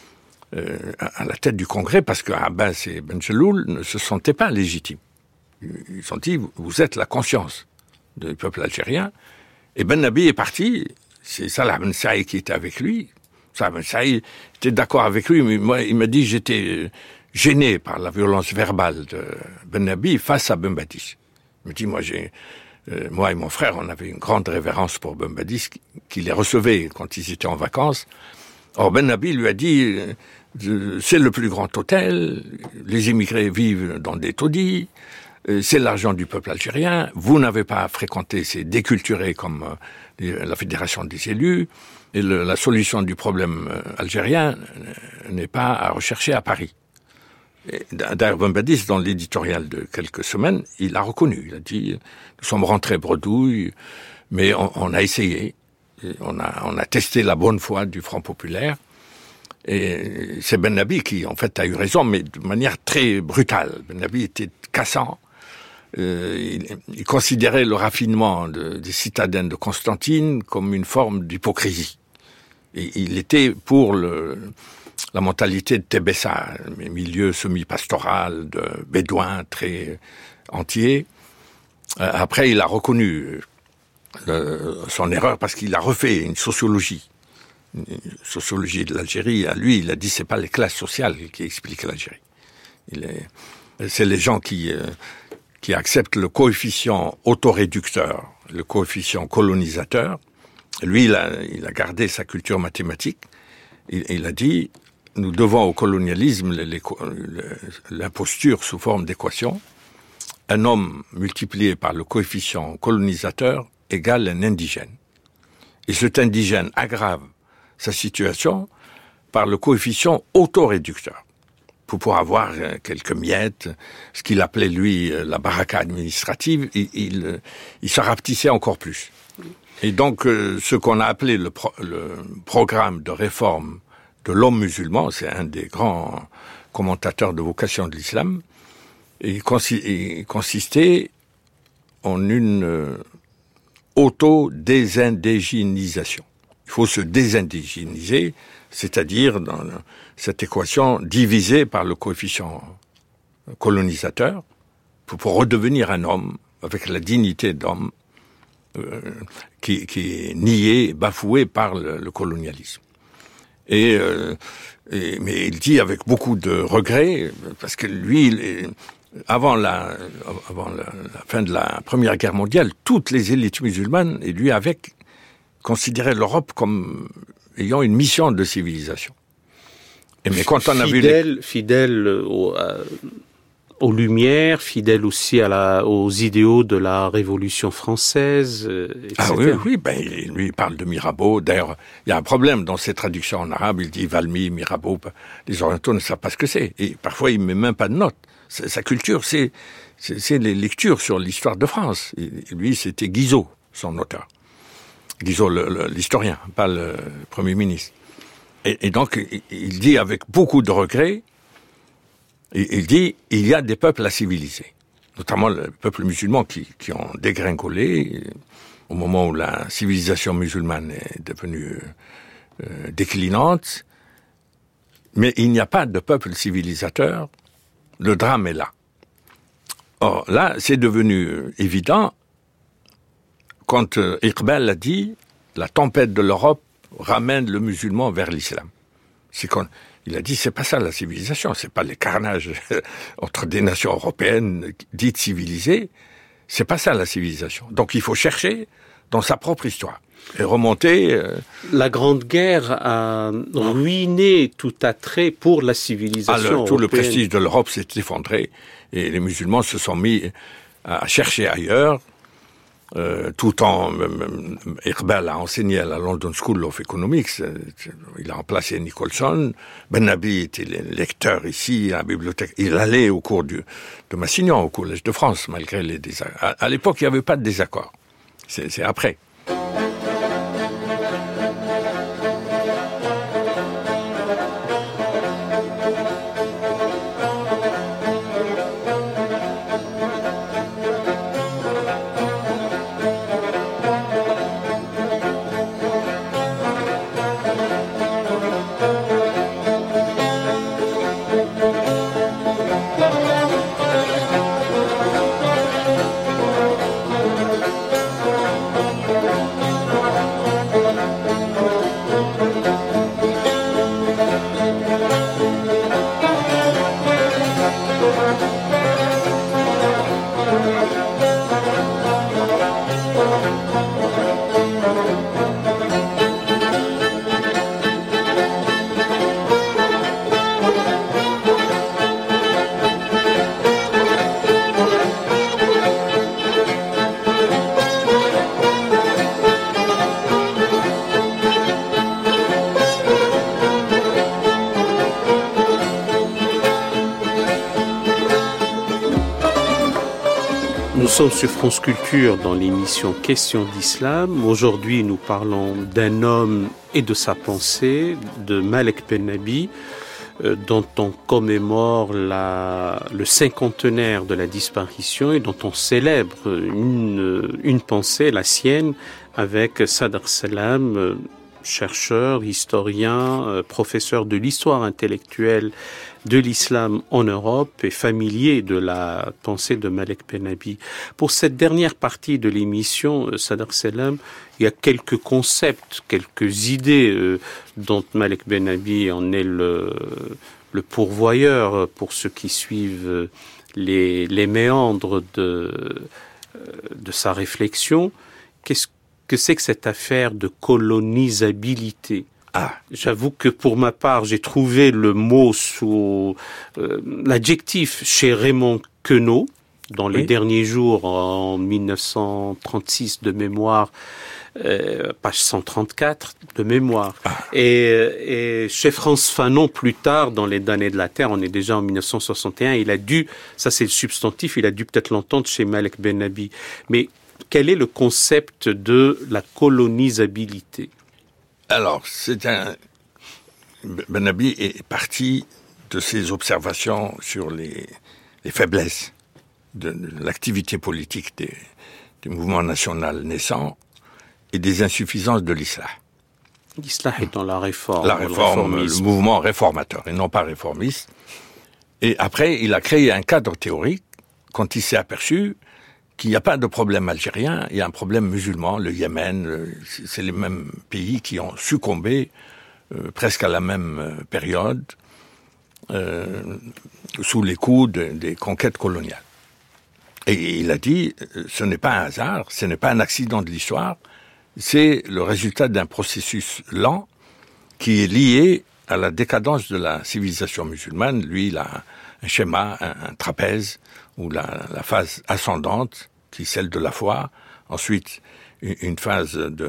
euh, à la tête du Congrès parce que Abbas et Ben Jelloul ne se sentaient pas légitimes. Ils ont dit, vous êtes la conscience du peuple algérien. Et Ben Nabi est parti, c'est Salah Ben Saïd qui était avec lui. Salah Ben Saïd était d'accord avec lui, mais moi, il m'a dit, j'étais gêné par la violence verbale de Ben Nabi face à Ben Badis. Il me dit, moi, j'ai, euh, moi et mon frère, on avait une grande révérence pour Ben Badis, qui, qui les recevait quand ils étaient en vacances. Or, Ben Nabi lui a dit, euh, c'est le plus grand hôtel, les immigrés vivent dans des taudis, euh, c'est l'argent du peuple algérien, vous n'avez pas à fréquenter ces déculturés comme euh, la Fédération des élus, et le, la solution du problème euh, algérien n'est pas à rechercher à Paris. D'ailleurs, Ben Badis, dans l'éditorial de quelques semaines, il a reconnu. Il a dit, nous sommes rentrés bredouilles, mais on, on a essayé. On a, on a testé la bonne foi du Front populaire. Et c'est Ben Nabi qui, en fait, a eu raison, mais de manière très brutale. Ben Nabi était cassant. Euh, il, il considérait le raffinement de, des citadins de Constantine comme une forme d'hypocrisie. Et il était pour le... la mentalité de Tébessa, un milieu semi-pastoral, de bédouins très entiers. Après, il a reconnu le, son erreur parce qu'il a refait une sociologie, une sociologie de l'Algérie. À lui, il a dit c'est pas les classes sociales qui expliquent l'Algérie. Il est, c'est les gens qui euh, qui acceptent le coefficient autoréducteur, le coefficient colonisateur. Lui, il a, il a gardé sa culture mathématique. Il, il a dit nous devons au colonialisme l'imposture sous forme d'équation. Un homme multiplié par le coefficient colonisateur égale un indigène. Et cet indigène aggrave sa situation par le coefficient autoréducteur. Pour pouvoir avoir quelques miettes, ce qu'il appelait lui la baraka administrative, il, il, il se rapetissait encore plus. Et donc ce qu'on a appelé le, pro, le programme de réforme de l'homme musulman, c'est un des grands commentateurs de vocation de l'islam, et il consistait en une euh, auto-désindigénisation. Il faut se désindigéniser, c'est-à-dire dans cette équation divisée par le coefficient colonisateur pour, pour redevenir un homme avec la dignité d'homme euh, qui, qui est niée, bafouée par le, le colonialisme. Et, euh, et mais il dit avec beaucoup de regrets parce que lui, il est, avant la avant la, la fin de la Première Guerre mondiale, toutes les élites musulmanes et lui avec considéraient l'Europe comme ayant une mission de civilisation. Et mais quand on a fidèle, vu les... fidèle au, à, aux Lumières, fidèle aussi à la, aux idéaux de la Révolution française, et cetera. Ah oui, oui, ben lui il parle de Mirabeau. D'ailleurs, il y a un problème dans ses traductions en arabe. Il dit Valmy, Mirabeau. Les Orientaux ne savent pas ce que c'est. Et parfois, il met même pas de notes. C'est, sa culture, c'est, c'est, c'est les lectures sur l'histoire de France. Et lui, c'était Guizot, son auteur. Guizot, le, le, l'historien, pas le Premier ministre. Et, et donc, il dit avec beaucoup de regret, il dit, il y a des peuples à civiliser, notamment le peuple musulman qui, qui ont dégringolé au moment où la civilisation musulmane est devenue euh, déclinante. Mais il n'y a pas de peuple civilisateur. Le drame est là. Or, là, c'est devenu évident quand euh, Iqbal a dit « La tempête de l'Europe ramène le musulman vers l'islam ». C'est qu'on, il a dit, c'est pas ça la civilisation, c'est pas les carnages entre des nations européennes dites civilisées, c'est pas ça la civilisation. Donc il faut chercher dans sa propre histoire et remonter. Euh... La Grande Guerre a ruiné tout attrait pour la civilisation ah, le, européenne. Tout le prestige de l'Europe s'est effondré et les musulmans se sont mis à chercher ailleurs. Euh, tout en euh, Iqbal a enseigné à la London School of Economics, euh, il a remplacé Nicholson. Ben-Nabi était lecteur ici à la bibliothèque. Il allait au cours du, de Massignon, au Collège de France, malgré les désaccords. À, à l'époque, il n'y avait pas de désaccord. C'est, c'est après. Nous sommes sur France Culture dans l'émission Questions d'Islam. Aujourd'hui, nous parlons d'un homme et de sa pensée, de Malek Ben-Nabi, euh, dont on commémore la, le cinquantenaire de la disparition et dont on célèbre une, une pensée, la sienne, avec Sadr Salam, euh, chercheur, historien, euh, professeur de l'histoire intellectuelle de l'islam en Europe et familier de la pensée de Malek Ben-Nabi. Pour cette dernière partie de l'émission, Sadr Salam, il y a quelques concepts, quelques idées euh, dont Malek Ben-Nabi en est le, le pourvoyeur pour ceux qui suivent les, les méandres de, de sa réflexion. Qu'est-ce que c'est que cette affaire de colonisabilité ? Ah, j'avoue que pour ma part, j'ai trouvé le mot sous euh, l'adjectif chez Raymond Queneau, dans les oui. derniers jours, en dix-neuf cent trente-six de mémoire, euh, page cent trente-quatre de mémoire. Ah. Et, et chez Frantz Fanon, plus tard, dans Les damnés de la Terre, on est déjà en dix-neuf cent soixante et un, il a dû, ça c'est le substantif, il a dû peut-être l'entendre chez Malek Ben-Nabi. Mais quel est le concept de la colonisabilité ? Alors, c'est un... Ben-Nabi est parti de ses observations sur les, les faiblesses de, de l'activité politique des, des mouvements nationaux naissants et des insuffisances de l'islam. L'islam étant la réforme. La réforme, le, le mouvement réformateur et non pas réformiste. Et après, il a créé un cadre théorique quand il s'est aperçu qu'il n'y a pas de problème algérien, il y a un problème musulman, le Yémen, le, c'est les mêmes pays qui ont succombé euh, presque à la même euh, période euh, sous les coups de, des conquêtes coloniales. Et il a dit, ce n'est pas un hasard, ce n'est pas un accident de l'histoire, c'est le résultat d'un processus lent qui est lié à la décadence de la civilisation musulmane. Lui, il a un schéma, un, un trapèze, où la, la phase ascendante, qui est celle de la foi, ensuite une, une phase de,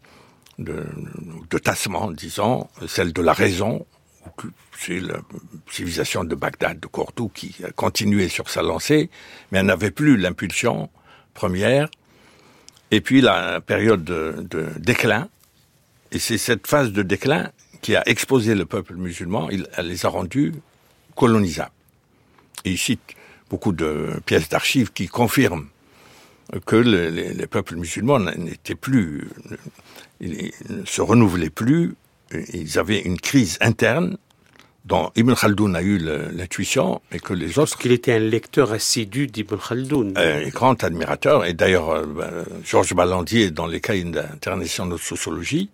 de, de tassement, disons, celle de la raison, c'est la civilisation de Bagdad, de Cordoue, qui a continué sur sa lancée, mais elle n'avait plus l'impulsion première, et puis la période de, de déclin, et c'est cette phase de déclin qui a exposé le peuple musulman, il, elle les a rendus colonisables. Et il cite beaucoup de pièces d'archives qui confirment que le, les, les peuples musulmans n'étaient plus, ils ne se renouvelaient plus, ils avaient une crise interne dont Ibn Khaldoun a eu le, l'intuition et que les autres... Parce qu'il était un lecteur assidu d'Ibn Khaldoun. Un grand admirateur, et d'ailleurs euh, Georges Ballandier, dans les cahiers internationaux de sociologie,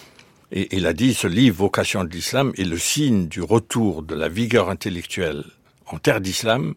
et il a dit, ce livre, Vocation de l'islam, est le signe du retour de la vigueur intellectuelle en terre d'islam,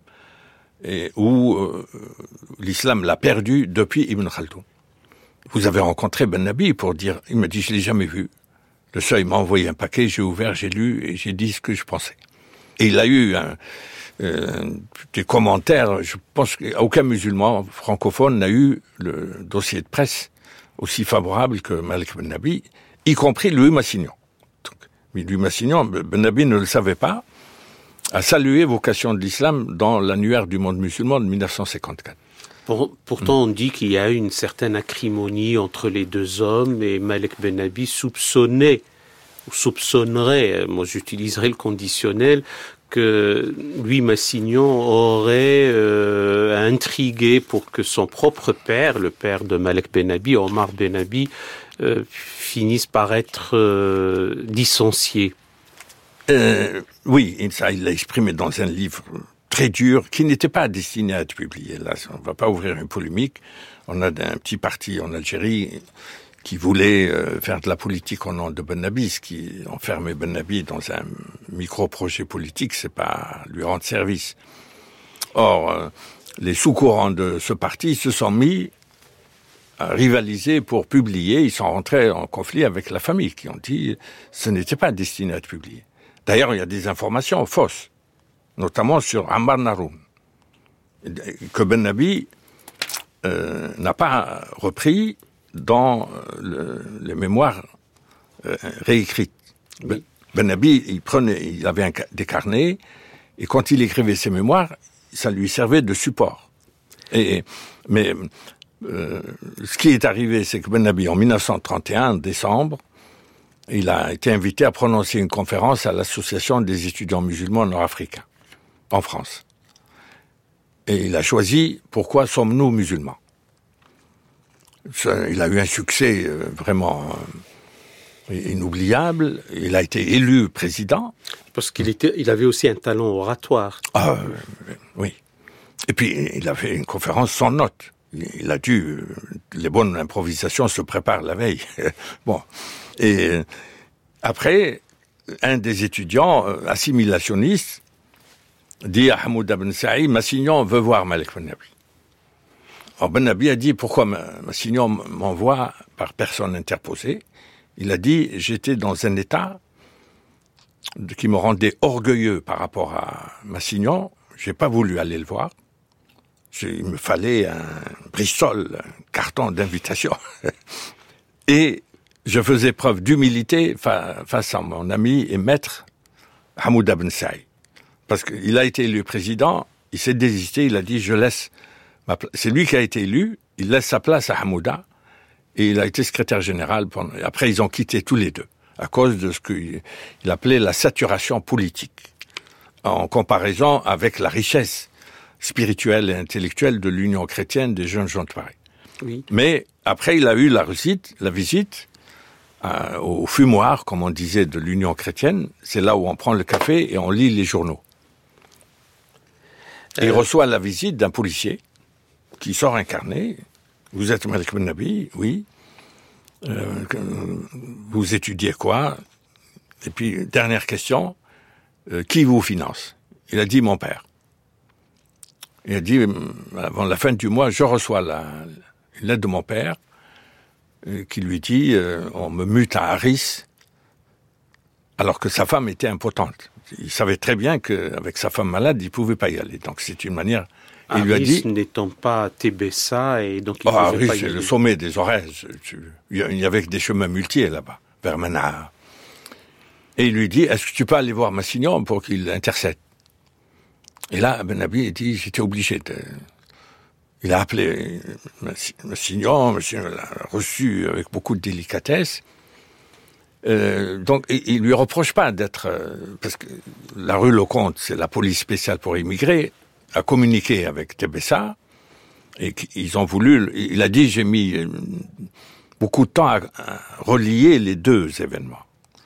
et où euh, l'islam l'a perdu depuis Ibn Khaldoun. Vous avez rencontré Ben Nabi pour dire, il me dit, je l'ai jamais vu. Le seuil m'a envoyé un paquet, j'ai ouvert, j'ai lu et j'ai dit ce que je pensais. Et il a eu un, euh, des commentaires, je pense qu'aucun musulman francophone n'a eu le dossier de presse aussi favorable que Malik Ben Nabi, y compris Louis Massignon. Donc, mais Louis Massignon, Ben Nabi ne le savait pas, a salué Vocation de l'islam dans l'annuaire du monde musulman de mille neuf cent cinquante-quatre. Pour, pourtant, on dit qu'il y a eu une certaine acrimonie entre les deux hommes et Malek Ben Nabi soupçonnait, ou soupçonnerait, moi j'utiliserai le conditionnel, que Louis Massignon aurait euh, intrigué pour que son propre père, le père de Malek Ben Nabi, Omar Ben Nabi, euh, finisse par être euh, licencié. Euh, oui, ça, il l'a exprimé dans un livre très dur, qui n'était pas destiné à être publié. Là, on ne va pas ouvrir une polémique. On a un petit parti en Algérie qui voulait euh, faire de la politique au nom de Ben Nabi, ce qui enfermait Ben Nabi dans un micro-projet politique, c'est pas lui rendre service. Or, euh, les sous-courants de ce parti se sont mis à rivaliser pour publier. Ils sont rentrés en conflit avec la famille, qui ont dit ce n'était pas destiné à être publié. D'ailleurs, il y a des informations fausses, notamment sur Ammar Naroun, que Ben Nabi euh, n'a pas repris dans le, les mémoires euh, réécrites. Oui. Ben Nabi, il prenait, il avait un, des carnets, et quand il écrivait ses mémoires, ça lui servait de support. Et, mais euh, ce qui est arrivé, c'est que Ben Nabi, en mille neuf cent trente et un, en décembre, il a été invité à prononcer une conférence à l'Association des étudiants musulmans nord-africains, en France. Et il a choisi « Pourquoi sommes-nous musulmans ?» Ça, il a eu un succès euh, vraiment euh, inoubliable. Il a été élu président. Parce qu'il était, il avait aussi un talent oratoire. Ah, euh, oui. Et puis, il a fait une conférence sans notes. Il a dû... Euh, les bonnes improvisations se préparent la veille. Bon. Et euh, après, un des étudiants euh, assimilationnistes dit à Hamouda Ben Saïd, Massignon veut voir Malek Ben Nabi. Alors Ben Nabi a dit, pourquoi Massignon m'envoie par personne interposée? Il a dit, j'étais dans un état qui me rendait orgueilleux par rapport à Massignon, j'ai pas voulu aller le voir. Il me fallait un Bristol, un carton d'invitation. Et je faisais preuve d'humilité face à mon ami et maître Hamouda Ben Saïd. Parce qu'il a été élu président, il s'est désisté, il a dit, je laisse ma place. C'est lui qui a été élu, il laisse sa place à Hamouda, et il a été secrétaire général. Pendant... Après, ils ont quitté tous les deux, à cause de ce qu'il appelait la saturation politique, en comparaison avec la richesse spirituelle et intellectuelle de l'Union chrétienne des jeunes gens de Paris. Oui. Mais après, il a eu la visite, la visite euh, au fumoir, comme on disait, de l'Union chrétienne. C'est là où on prend le café et on lit les journaux. Euh... Il reçoit la visite d'un policier qui sort un carnet. Vous êtes Malek Bennabi? Oui. Euh, vous étudiez quoi? Et puis, dernière question, euh, qui vous finance? Il a dit mon père. Il a dit, avant la fin du mois, je reçois la, une lettre de mon père euh, qui lui dit, euh, on me mute à Harris, alors que sa femme était impotente. Il savait très bien qu'avec sa femme malade, il ne pouvait pas y aller. Donc c'est une manière... Il Harris lui a dit, n'étant pas à Tébessa, et donc il ne oh, pouvait Harris, pas y c'est aller. le sommet des Aurès. Il y avait des chemins muletiers là-bas, vers Manara. Et il lui dit, est-ce que tu peux aller voir Massignon pour qu'il intercède? Et là, Bennabi a dit, j'étais obligé de... Il a appelé Massignon, Massignon l'a reçu avec beaucoup de délicatesse. Euh, donc, il lui reproche pas d'être... Euh, parce que la rue Lecomte, c'est la police spéciale pour immigrés, a communiqué avec Tébessa, et ils ont voulu... Il a dit, j'ai mis beaucoup de temps à, à relier les deux événements.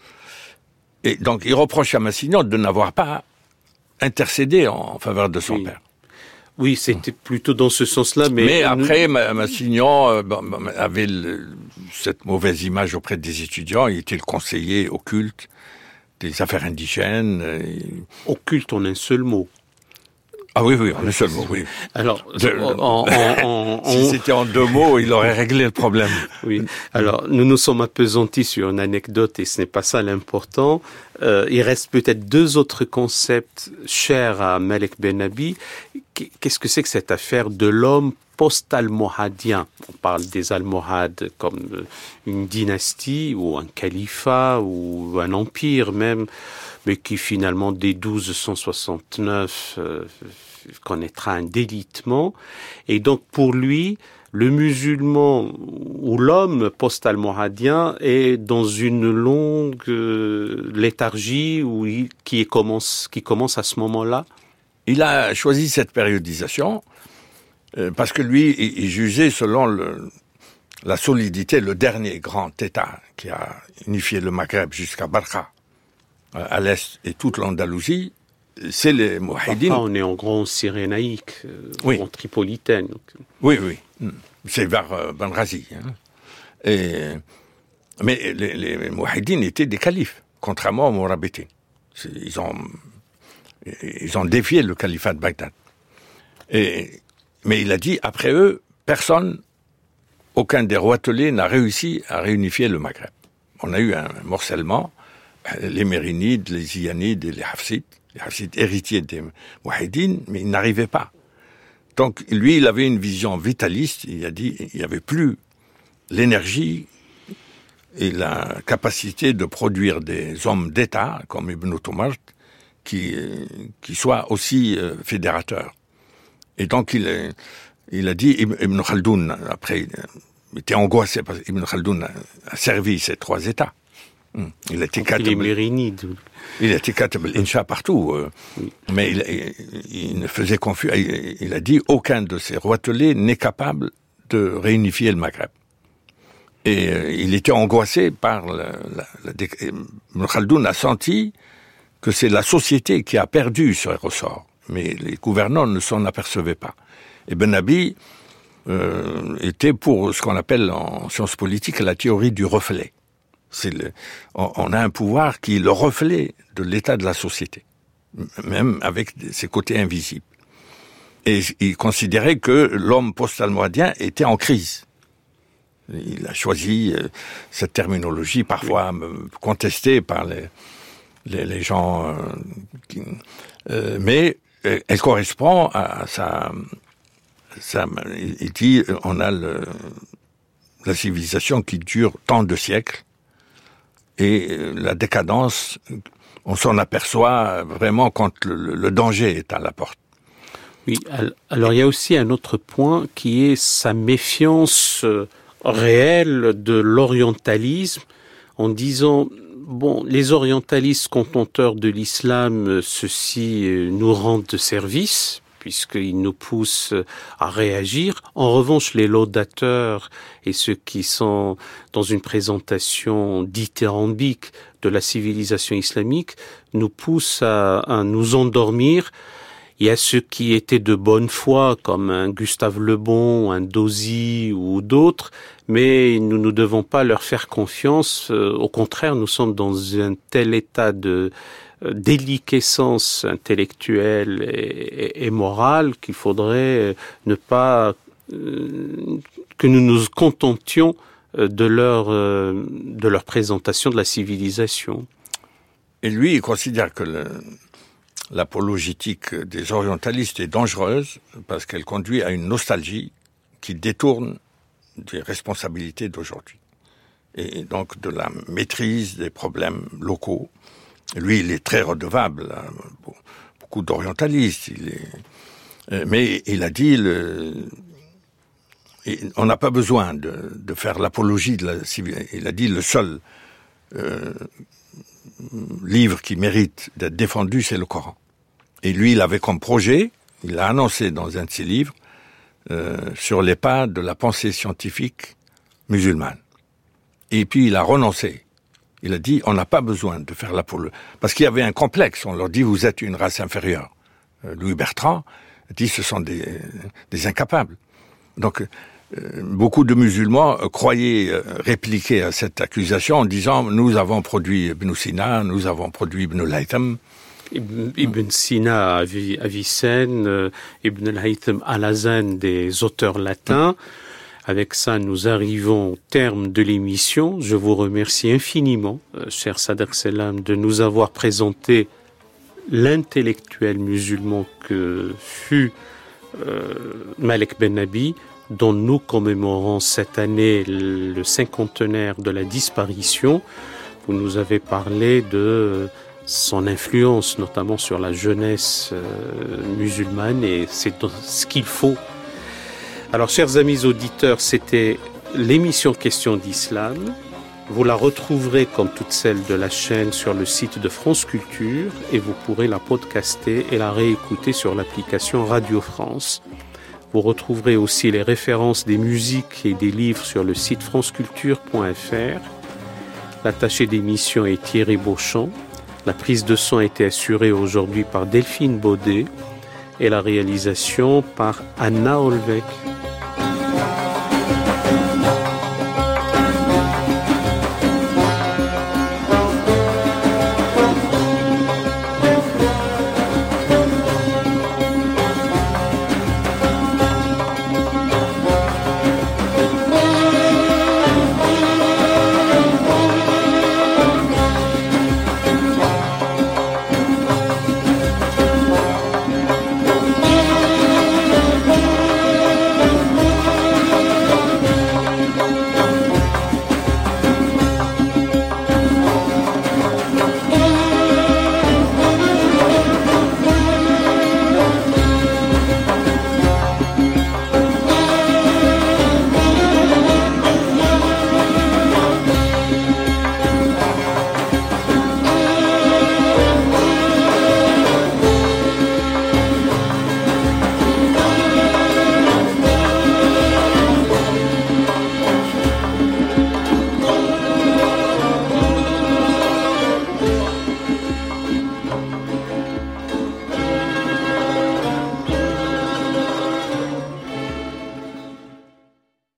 Et donc, il reproche à Massignon de n'avoir pas intercédé en faveur de son oui. père. Oui, c'était plutôt dans ce sens-là, mais... Mais après, Massignon euh, avait le, cette mauvaise image auprès des étudiants. Il était le conseiller occulte des affaires indigènes. Et... Occulte en un seul mot. Ah oui, oui, en un seul mot, oui. Alors, de, en, en, en, si c'était en deux mots, il aurait réglé le problème. Oui. Alors, nous nous sommes appesantis sur une anecdote et ce n'est pas ça l'important. Euh, il reste peut-être deux autres concepts chers à Malek Bennabi. Qu'est-ce que c'est que cette affaire de l'homme post-almohadien? On parle des Almohades comme une dynastie ou un califat ou un empire même, mais qui finalement, dès douze cent soixante-neuf, euh, connaîtra un délitement. Et donc, pour lui, le musulman ou l'homme post-almohadien est dans une longue euh, léthargie où il, qui, commence, qui commence à ce moment-là. Il a choisi cette périodisation euh, parce que lui, il, il jugeait selon le, la solidité, le dernier grand État qui a unifié le Maghreb jusqu'à Barqa, à l'est, et toute l'Andalousie, c'est les Mouahidines. Enfin, on est en grand cyrénaïque, euh, oui. en tripolitaine. Donc. Oui, oui. C'est vers euh, Benrazi. Hein. Et, mais les, les Mouahidines étaient des califes, contrairement aux Mourabitines. Ils ont, ils ont défié le califat de Bagdad. Et, mais il a dit, après eux, personne, aucun des roitelets n'a réussi à réunifier le Maghreb. On a eu un morcellement. Les Mérinides, les Iyanides et les Hafsides, les Hafsides héritiers des Mouahidines, mais ils n'arrivaient pas. Donc, lui, il avait une vision vitaliste, il a dit, il n'y avait plus l'énergie et la capacité de produire des hommes d'État, comme Ibn Tomart, qui, qui soient aussi euh, fédérateurs. Et donc, il, il a dit, Ibn Khaldoun, après, il était angoissé, parce qu'Ibn Khaldoun a, a servi ces trois États. Il a été il a été Katab al-Insha partout, euh, oui. mais il, il, il ne faisait confus. Il, il a dit aucun de ces roitelets n'est capable de réunifier le Maghreb. Et euh, il était angoissé par la, la, la Ibn Khaldoun a senti que c'est la société qui a perdu ce ressort, mais les gouvernants ne s'en apercevaient pas. Et Bennabi euh, était pour ce qu'on appelle en sciences politiques la théorie du reflet. C'est le, on, on a un pouvoir qui est le reflet de l'état de la société, même avec ses côtés invisibles. Et il considérait que l'homme post-almohadien était en crise. Il a choisi euh, cette terminologie parfois oui. contestée par les, les, les gens, euh, qui, euh, mais euh, elle correspond à sa... sa il dit, on a le, la civilisation qui dure tant de siècles, et la décadence, on s'en aperçoit vraiment quand le, le danger est à la porte. Oui, alors il y a aussi un autre point qui est sa méfiance réelle de l'orientalisme, en disant, bon, les orientalistes contenteurs de l'islam, ceux-ci nous rendent service, puisqu'ils nous poussent à réagir. En revanche, les laudateurs et ceux qui sont dans une présentation dithyrambique de la civilisation islamique nous poussent à, à nous endormir. Il y a ceux qui étaient de bonne foi, comme un Gustave Le Bon, un Dozy ou d'autres, mais nous ne devons pas leur faire confiance. Au contraire, nous sommes dans un tel état de déliquescence intellectuelle et, et, et morale qu'il faudrait ne pas euh, que nous nous contentions de leur euh, de leur présentation de la civilisation. Et lui, il considère que le, l'apologétique des orientalistes est dangereuse parce qu'elle conduit à une nostalgie qui détourne des responsabilités d'aujourd'hui et donc de la maîtrise des problèmes locaux. Lui, il est très redevable à beaucoup d'orientalistes. Il est, mais il a dit, le, on n'a pas besoin de, de faire l'apologie de la civilisation. Il a dit le seul euh, livre qui mérite d'être défendu, c'est le Coran. Et lui, il avait comme projet, il a annoncé dans un de ses livres, euh, sur les pas de la pensée scientifique musulmane. Et puis il a renoncé. Il a dit, on n'a pas besoin de faire l'apologie. Parce qu'il y avait un complexe. On leur dit, vous êtes une race inférieure. Euh, Louis Bertrand dit, ce sont des, des incapables. Donc, euh, beaucoup de musulmans euh, croyaient euh, répliquer à cette accusation en disant, nous avons produit Ibn Sina, nous avons produit Ibn al-Haytham. Ibn Sina, Avicenne, euh, Ibn al-Haytham, Al-Azan, des auteurs latins. Avec ça, nous arrivons au terme de l'émission. Je vous remercie infiniment, euh, cher Sadr Selam, de nous avoir présenté l'intellectuel musulman que fut euh, Malek Ben Nabi, dont nous commémorons cette année le cinquantenaire de la disparition. Vous nous avez parlé de son influence, notamment sur la jeunesse euh, musulmane, et c'est ce qu'il faut. Alors, chers amis auditeurs, c'était l'émission Question d'Islam. Vous la retrouverez, comme toutes celles de la chaîne, sur le site de France Culture et vous pourrez la podcaster et la réécouter sur l'application Radio France. Vous retrouverez aussi les références des musiques et des livres sur le site franceculture point f r. L'attaché d'émission est Thierry Beauchamp. La prise de son a été assurée aujourd'hui par Delphine Baudet et la réalisation par Anna Olvec.